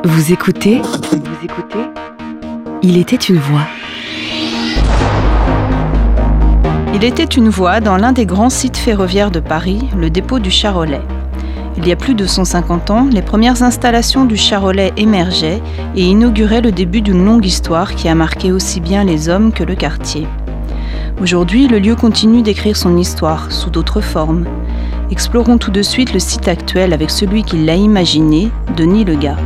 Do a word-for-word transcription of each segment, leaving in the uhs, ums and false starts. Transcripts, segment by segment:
Vous écoutez ? Vous écoutez ? Il était une voix. Il était une voie dans l'un des grands sites ferroviaires de Paris, le dépôt du Charolais. Il y a plus de cent cinquante ans, les premières installations du Charolais émergeaient et inauguraient le début d'une longue histoire qui a marqué aussi bien les hommes que le quartier. Aujourd'hui, le lieu continue d'écrire son histoire, sous d'autres formes. Explorons tout de suite le site actuel avec celui qui l'a imaginé, Denis Legat.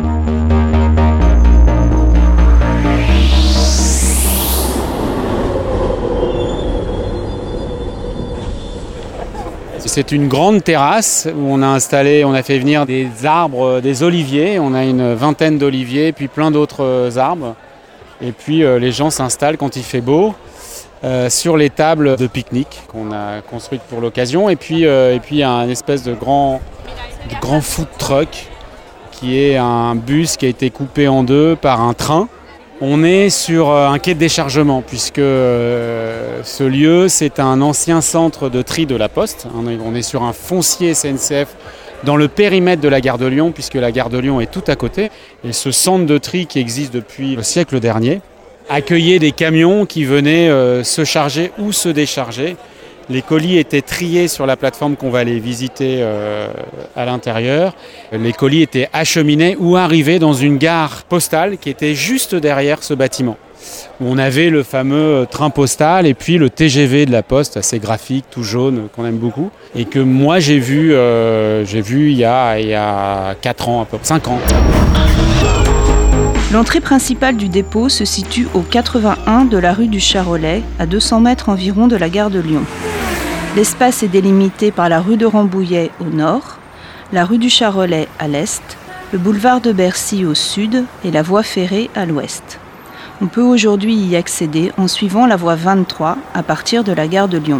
C'est une grande terrasse où on a installé, on a fait venir des arbres, des oliviers. On a une vingtaine d'oliviers, puis plein d'autres arbres. Et puis euh, les gens s'installent quand il fait beau euh, sur les tables de pique-nique qu'on a construites pour l'occasion. Et puis euh, et puis il y a un espèce de grand, de grand food truck qui est un bus qui a été coupé en deux par un train. On est sur un quai de déchargement puisque euh, ce lieu, c'est un ancien centre de tri de la Poste. On est sur un foncier S N C F dans le périmètre de la gare de Lyon puisque la gare de Lyon est tout à côté. Et ce centre de tri qui existe depuis le siècle dernier accueillait des camions qui venaient euh, se charger ou se décharger. Les colis étaient triés sur la plateforme qu'on va aller visiter euh, à l'intérieur. Les colis étaient acheminés ou arrivés dans une gare postale qui était juste derrière ce bâtiment. Où on avait le fameux train postal et puis le T G V de la Poste, assez graphique, tout jaune, qu'on aime beaucoup. Et que moi j'ai vu, euh, j'ai vu il y a, il y a quatre ans, à peu près cinq ans. L'entrée principale du dépôt se situe au quatre-vingt-un de la rue du Charolais, à deux cents mètres environ de la gare de Lyon. L'espace est délimité par la rue de Rambouillet au nord, la rue du Charolais à l'est, le boulevard de Bercy au sud et la voie ferrée à l'ouest. On peut aujourd'hui y accéder en suivant la voie vingt-trois à partir de la gare de Lyon.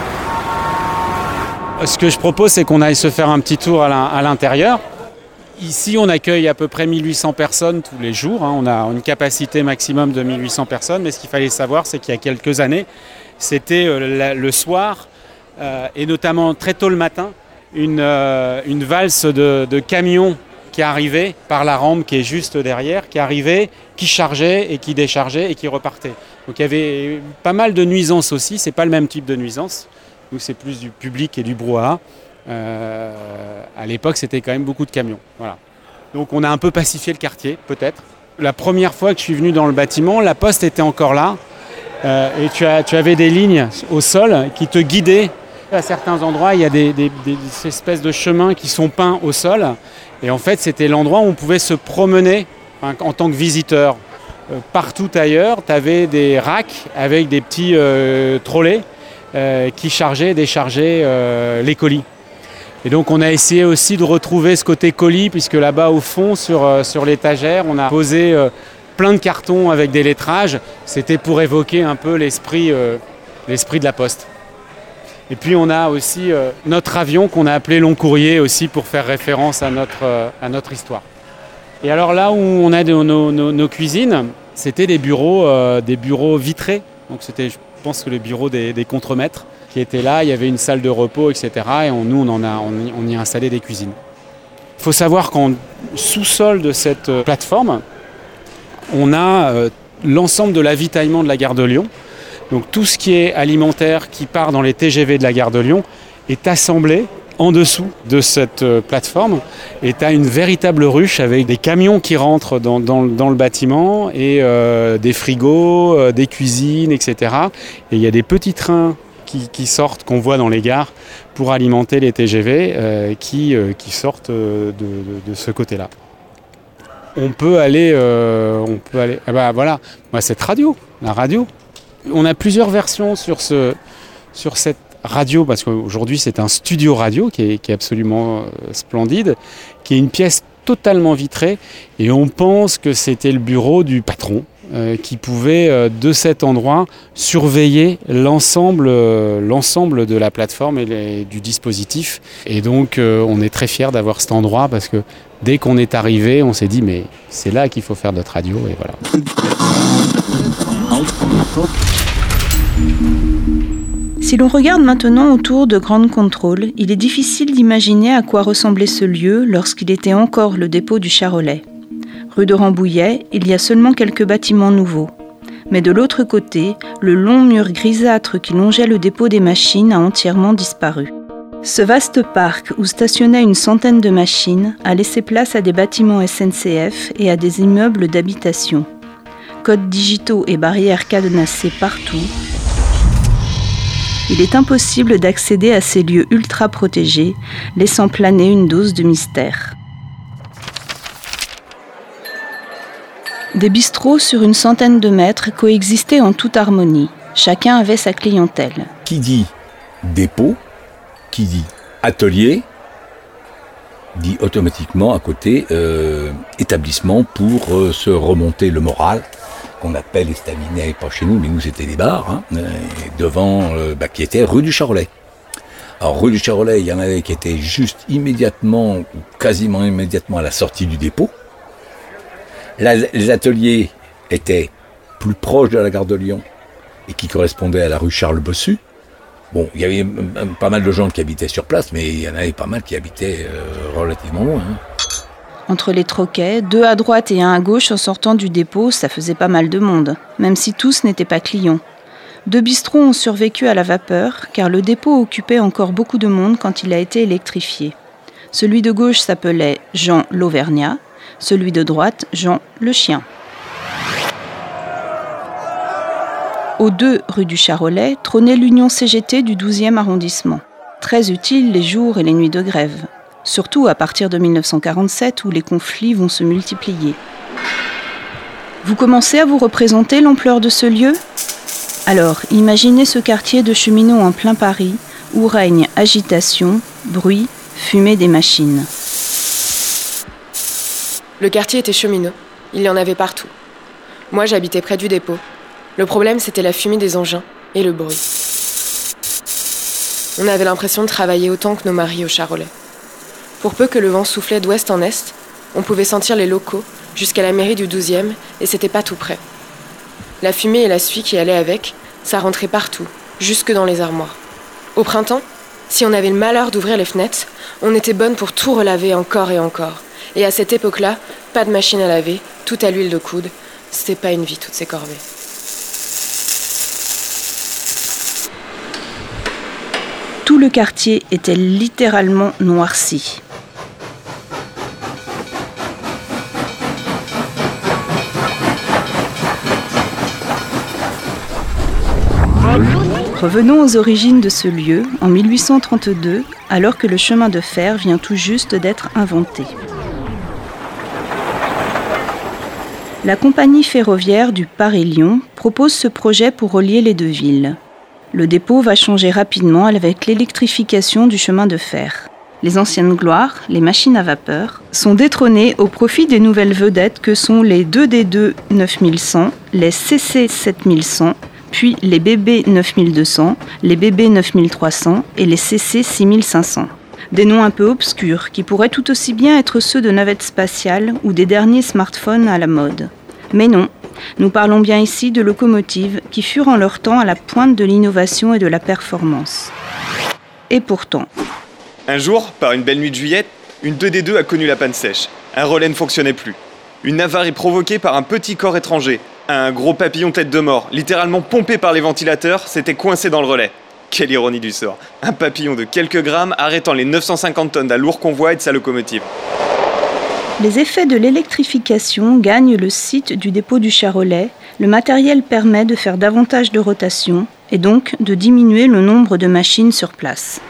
Ce que je propose, c'est qu'on aille se faire un petit tour à l'intérieur. Ici, on accueille à peu près mille huit cents personnes tous les jours. On a une capacité maximum de mille huit cents personnes. Mais ce qu'il fallait savoir, c'est qu'il y a quelques années, c'était le soir, et notamment très tôt le matin, une, une valse de, de camions qui arrivaient par la rampe qui est juste derrière, qui arrivaient, qui chargeaient et qui déchargeaient et qui repartaient. Donc il y avait pas mal de nuisances aussi. C'est pas le même type de nuisance. Nous, c'est plus du public et du brouhaha. Euh, à l'époque, c'était quand même beaucoup de camions. Voilà. Donc on a un peu pacifié le quartier, peut-être. La première fois que je suis venu dans le bâtiment, la Poste était encore là. Euh, et tu, as, tu avais des lignes au sol qui te guidaient. À certains endroits, il y a des, des, des espèces de chemins qui sont peints au sol. Et en fait, c'était l'endroit où on pouvait se promener hein, en tant que visiteur. Euh, partout ailleurs, tu avais des racks avec des petits euh, trolleys euh, qui chargeaient et déchargeaient euh, les colis. Et donc on a essayé aussi de retrouver ce côté colis, puisque là-bas au fond, sur, euh, sur l'étagère, on a posé euh, plein de cartons avec des lettrages. C'était pour évoquer un peu l'esprit, euh, l'esprit de la Poste. Et puis on a aussi euh, notre avion qu'on a appelé Long Courrier aussi pour faire référence à notre, euh, à notre histoire. Et alors là où on a de, nos, nos, nos cuisines, c'était des bureaux, euh, des bureaux vitrés. Donc c'était, je pense que le bureau des, des contremaîtres qui étaient là. Il y avait une salle de repos, et cetera. Et on, nous, on, en a, on, y, on y a installé des cuisines. Il faut savoir qu'en sous-sol de cette euh, plateforme, on a euh, l'ensemble de l'avitaillement de la gare de Lyon. Donc tout ce qui est alimentaire qui part dans les T G V de la gare de Lyon est assemblé en dessous de cette euh, plateforme. Et tu as une véritable ruche avec des camions qui rentrent dans, dans, dans le bâtiment et euh, des frigos, euh, des cuisines, et cetera. Et il y a des petits trains qui, qui sortent, qu'on voit dans les gares, pour alimenter les T G V euh, qui, euh, qui sortent de, de, de ce côté-là. On peut aller... Euh, on peut aller ah bah voilà, bah, cette radio, la radio. On a plusieurs versions sur, ce, sur cette radio, parce qu'aujourd'hui c'est un studio radio qui est, qui est absolument euh, splendide, qui est une pièce totalement vitrée, et on pense que c'était le bureau du patron euh, qui pouvait euh, de cet endroit surveiller l'ensemble, euh, l'ensemble de la plateforme et les, du dispositif. Et donc euh, on est très fiers d'avoir cet endroit, parce que dès qu'on est arrivé, on s'est dit mais c'est là qu'il faut faire notre radio, et voilà. Si l'on regarde maintenant autour de Grand Control, il est difficile d'imaginer à quoi ressemblait ce lieu lorsqu'il était encore le dépôt du Charolais. Rue de Rambouillet, il y a seulement quelques bâtiments nouveaux. Mais de l'autre côté, le long mur grisâtre qui longeait le dépôt des machines a entièrement disparu. Ce vaste parc où stationnaient une centaine de machines a laissé place à des bâtiments S N C F et à des immeubles d'habitation. Codes digitaux et barrières cadenassées partout, il est impossible d'accéder à ces lieux ultra protégés, laissant planer une dose de mystère. Des bistrots sur une centaine de mètres coexistaient en toute harmonie. Chacun avait sa clientèle. Qui dit dépôt, qui dit atelier, dit automatiquement à côté euh, établissement pour euh, se remonter le moral, qu'on appelle estaminet, pas chez nous, mais nous c'était des bars, hein, devant, euh, bah, qui était rue du Charolais. Alors rue du Charolais, il y en avait qui étaient juste immédiatement, ou quasiment immédiatement à la sortie du dépôt. Là, les ateliers étaient plus proches de la gare de Lyon et qui correspondaient à la rue Charles-Bossu. Bon, il y avait pas mal de gens qui habitaient sur place, mais il y en avait pas mal qui habitaient euh, relativement loin. Hein. Entre les troquets, deux à droite et un à gauche en sortant du dépôt, ça faisait pas mal de monde, même si tous n'étaient pas clients. Deux bistrots ont survécu à la vapeur, car le dépôt occupait encore beaucoup de monde quand il a été électrifié. Celui de gauche s'appelait Jean l'Auvergnat, celui de droite, Jean le Chien. Aux deux rue du Charolais trônait l'Union C G T du douzième arrondissement. Très utile les jours et les nuits de grève. Surtout à partir de mille neuf cent quarante-sept où les conflits vont se multiplier. Vous commencez à vous représenter l'ampleur de ce lieu ? Alors, imaginez ce quartier de cheminots en plein Paris, où règne agitation, bruit, fumée des machines. Le quartier était cheminot, il y en avait partout. Moi, j'habitais près du dépôt. Le problème, c'était la fumée des engins et le bruit. On avait l'impression de travailler autant que nos maris au Charolais. Pour peu que le vent soufflait d'ouest en est, on pouvait sentir les locaux jusqu'à la mairie du douzième et c'était pas tout près. La fumée et la suie qui allaient avec, ça rentrait partout, jusque dans les armoires. Au printemps, si on avait le malheur d'ouvrir les fenêtres, on était bonne pour tout relaver encore et encore. Et à cette époque-là, pas de machine à laver, tout à l'huile de coude. C'était pas une vie, toutes ces corvées. Tout le quartier était littéralement noirci. Revenons aux origines de ce lieu, en mille huit cent trente-deux, alors que le chemin de fer vient tout juste d'être inventé. La compagnie ferroviaire du Paris-Lyon propose ce projet pour relier les deux villes. Le dépôt va changer rapidement avec l'électrification du chemin de fer. Les anciennes gloires, les machines à vapeur, sont détrônées au profit des nouvelles vedettes que sont les deux D deux neuf mille cent, les C C sept mille cent, puis les B B neuf mille deux cents, les B B neuf mille trois cents et les C C six mille cinq cents. Des noms un peu obscurs qui pourraient tout aussi bien être ceux de navettes spatiales ou des derniers smartphones à la mode. Mais non, nous parlons bien ici de locomotives qui furent en leur temps à la pointe de l'innovation et de la performance. Et pourtant... Un jour, par une belle nuit de juillet, une deux D deux a connu la panne sèche. Un relais ne fonctionnait plus. Une avarie provoquée par un petit corps étranger. Un gros papillon tête de mort, littéralement pompé par les ventilateurs, s'était coincé dans le relais. Quelle ironie du sort. Un papillon de quelques grammes arrêtant les neuf cent cinquante tonnes d'un lourd convoi et de sa locomotive. Les effets de l'électrification gagnent le site du dépôt du Charolais. Le matériel permet de faire davantage de rotation et donc de diminuer le nombre de machines sur place.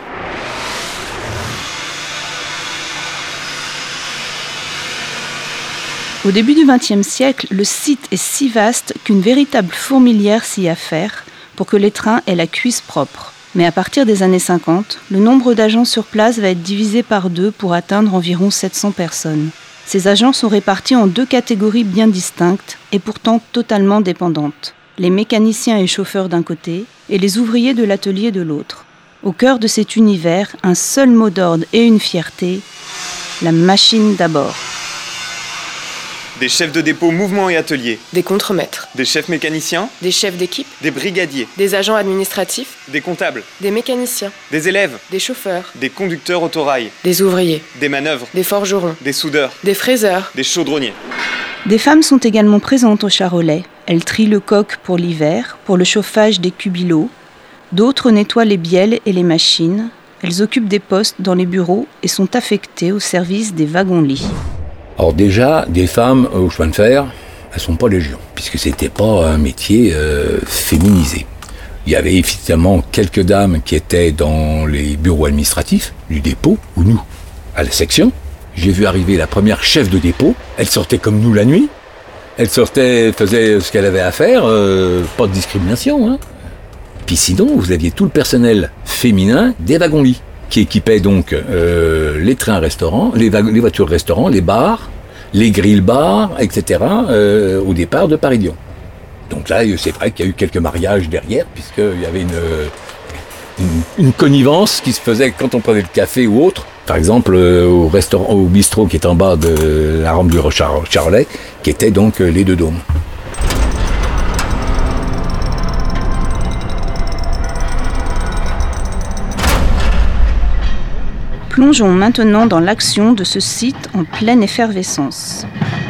Au début du vingtième siècle, le site est si vaste qu'une véritable fourmilière s'y affaire pour que les trains aient la cuisse propre. Mais à partir des années cinquante, le nombre d'agents sur place va être divisé par deux pour atteindre environ sept cents personnes. Ces agents sont répartis en deux catégories bien distinctes et pourtant totalement dépendantes. Les mécaniciens et chauffeurs d'un côté et les ouvriers de l'atelier de l'autre. Au cœur de cet univers, un seul mot d'ordre et une fierté, la machine d'abord. Des chefs de dépôt, mouvement et atelier. Des contremaîtres. Des chefs mécaniciens. Des chefs d'équipe. Des brigadiers. Des agents administratifs. Des comptables. Des mécaniciens. Des élèves. Des chauffeurs. Des conducteurs autorail. Des ouvriers. Des manœuvres. Des forgerons. Des soudeurs. Des fraiseurs. Des chaudronniers. Des femmes sont également présentes au Charolais. Elles trient le coq pour l'hiver, pour le chauffage des cubilots. D'autres nettoient les bielles et les machines. Elles occupent des postes dans les bureaux et sont affectées au service des wagons-lits. Alors déjà, des femmes au chemin de fer, elles ne sont pas légion, puisque ce n'était pas un métier euh, féminisé. Il y avait effectivement quelques dames qui étaient dans les bureaux administratifs du dépôt, ou nous, à la section. J'ai vu arriver la première chef de dépôt. Elle sortait comme nous la nuit. Elle sortait, faisait ce qu'elle avait à faire, euh, pas de discrimination. Hein. Puis sinon, vous aviez tout le personnel féminin des wagons-lits, qui équipait donc euh, les trains-restaurants, les, wa- les voitures-restaurants, les bars, les grilles-bars, et cetera euh, au départ de Paris-Lyon. Donc là, c'est vrai qu'il y a eu quelques mariages derrière, puisqu'il y avait une, une, une connivence qui se faisait quand on prenait le café ou autre. Par exemple, euh, au restaurant, au bistrot qui est en bas de la rampe du Char- Charolais, qui était donc euh, les Deux Dômes. Plongeons maintenant dans l'action de ce site en pleine effervescence.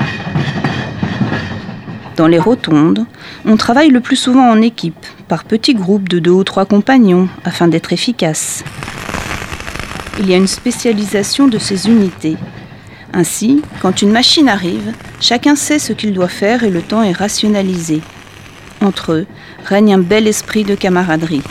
Dans les rotondes, on travaille le plus souvent en équipe, par petits groupes de deux ou trois compagnons, afin d'être efficace. Il y a une spécialisation de ces unités. Ainsi, quand une machine arrive, chacun sait ce qu'il doit faire et le temps est rationalisé. Entre eux, règne un bel esprit de camaraderie.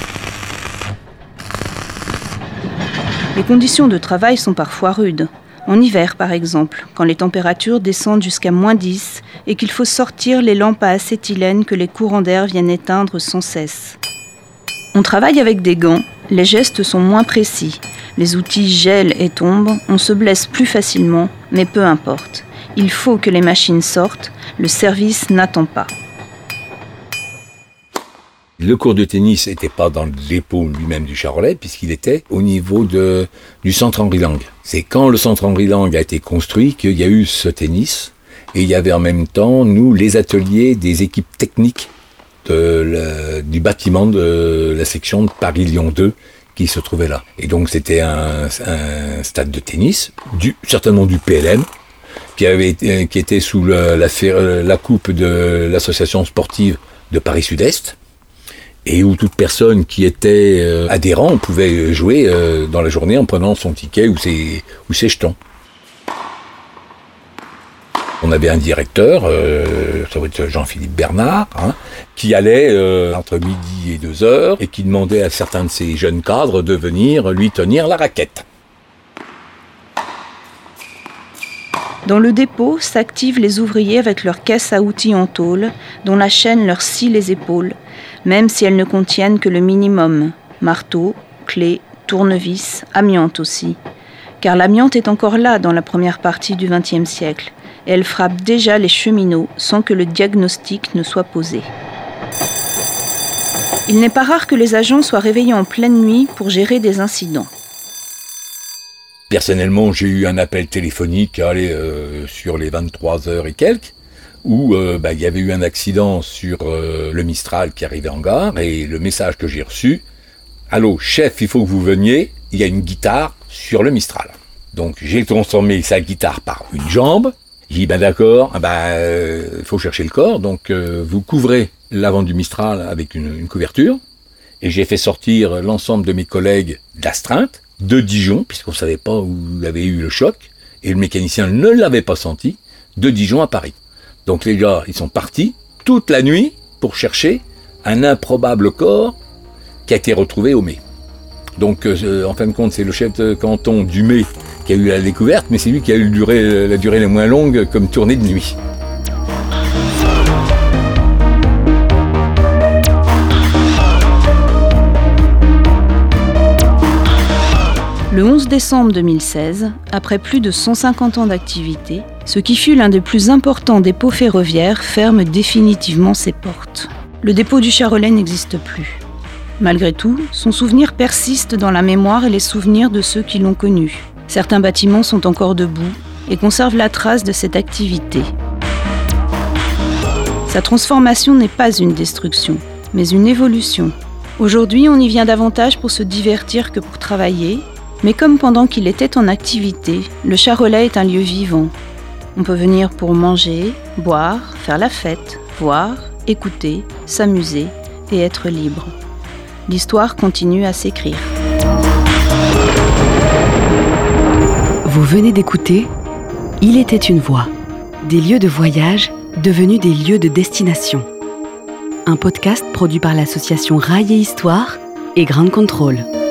Les conditions de travail sont parfois rudes. En hiver, par exemple, quand les températures descendent jusqu'à moins dix et qu'il faut sortir les lampes à acétylène que les courants d'air viennent éteindre sans cesse. On travaille avec des gants, les gestes sont moins précis. Les outils gèlent et tombent, on se blesse plus facilement, mais peu importe. Il faut que les machines sortent, le service n'attend pas. Le cours de tennis n'était pas dans le dépôt lui-même du Charolais, puisqu'il était au niveau de, du centre Henri Lang. C'est quand le centre Henri Lang a été construit qu'il y a eu ce tennis, et il y avait en même temps, nous, les ateliers des équipes techniques de la, du bâtiment de la section de Paris-Lyon deux qui se trouvait là. Et donc c'était un, un stade de tennis, du, certainement du P L M, qui, avait, qui était sous le, la, la coupe de l'association sportive de Paris Sud-Est, et où toute personne qui était euh, adhérent pouvait jouer euh, dans la journée en prenant son ticket ou ses, ou ses jetons. On avait un directeur, euh, ça va être Jean-Philippe Bernard, hein, qui allait euh, entre midi et deux heures et qui demandait à certains de ces jeunes cadres de venir lui tenir la raquette. Dans le dépôt s'activent les ouvriers avec leurs caisses à outils en tôle, dont la chaîne leur scie les épaules, même si elles ne contiennent que le minimum, marteau, clé, tournevis, amiante aussi. Car l'amiante est encore là dans la première partie du vingtième siècle, et elle frappe déjà les cheminots sans que le diagnostic ne soit posé. Il n'est pas rare que les agents soient réveillés en pleine nuit pour gérer des incidents. Personnellement, j'ai eu un appel téléphonique allez, euh, sur les vingt-trois heures et quelques, où euh, bah, il y avait eu un accident sur euh, le Mistral qui arrivait en gare, et le message que j'ai reçu, « Allô, chef, il faut que vous veniez, il y a une guitare sur le Mistral. » Donc j'ai transformé sa guitare par une jambe, j'ai dit, ben d'accord, il ben, euh, faut chercher le corps, donc euh, vous couvrez l'avant du Mistral avec une, une couverture, et j'ai fait sortir l'ensemble de mes collègues d'astreinte, de Dijon, puisqu'on ne savait pas où avait eu le choc, et le mécanicien ne l'avait pas senti, de Dijon à Paris. Donc les gars, ils sont partis toute la nuit pour chercher un improbable corps qui a été retrouvé au Mai. Donc euh, en fin de compte, c'est le chef de canton du Mai qui a eu la découverte, mais c'est lui qui a eu la durée, la durée la moins longue comme tournée de nuit. Le onze décembre deux mille seize, après plus de cent cinquante ans d'activité, ce qui fut l'un des plus importants dépôts ferroviaires ferme définitivement ses portes. Le dépôt du Charolais n'existe plus. Malgré tout, son souvenir persiste dans la mémoire et les souvenirs de ceux qui l'ont connu. Certains bâtiments sont encore debout et conservent la trace de cette activité. Sa transformation n'est pas une destruction, mais une évolution. Aujourd'hui, on y vient davantage pour se divertir que pour travailler, mais comme pendant qu'il était en activité, le Charolais est un lieu vivant. On peut venir pour manger, boire, faire la fête, voir, écouter, s'amuser et être libre. L'histoire continue à s'écrire. Vous venez d'écouter « Il était une voix », des lieux de voyage devenus des lieux de destination. Un podcast produit par l'association Rail et Histoire et Ground Control.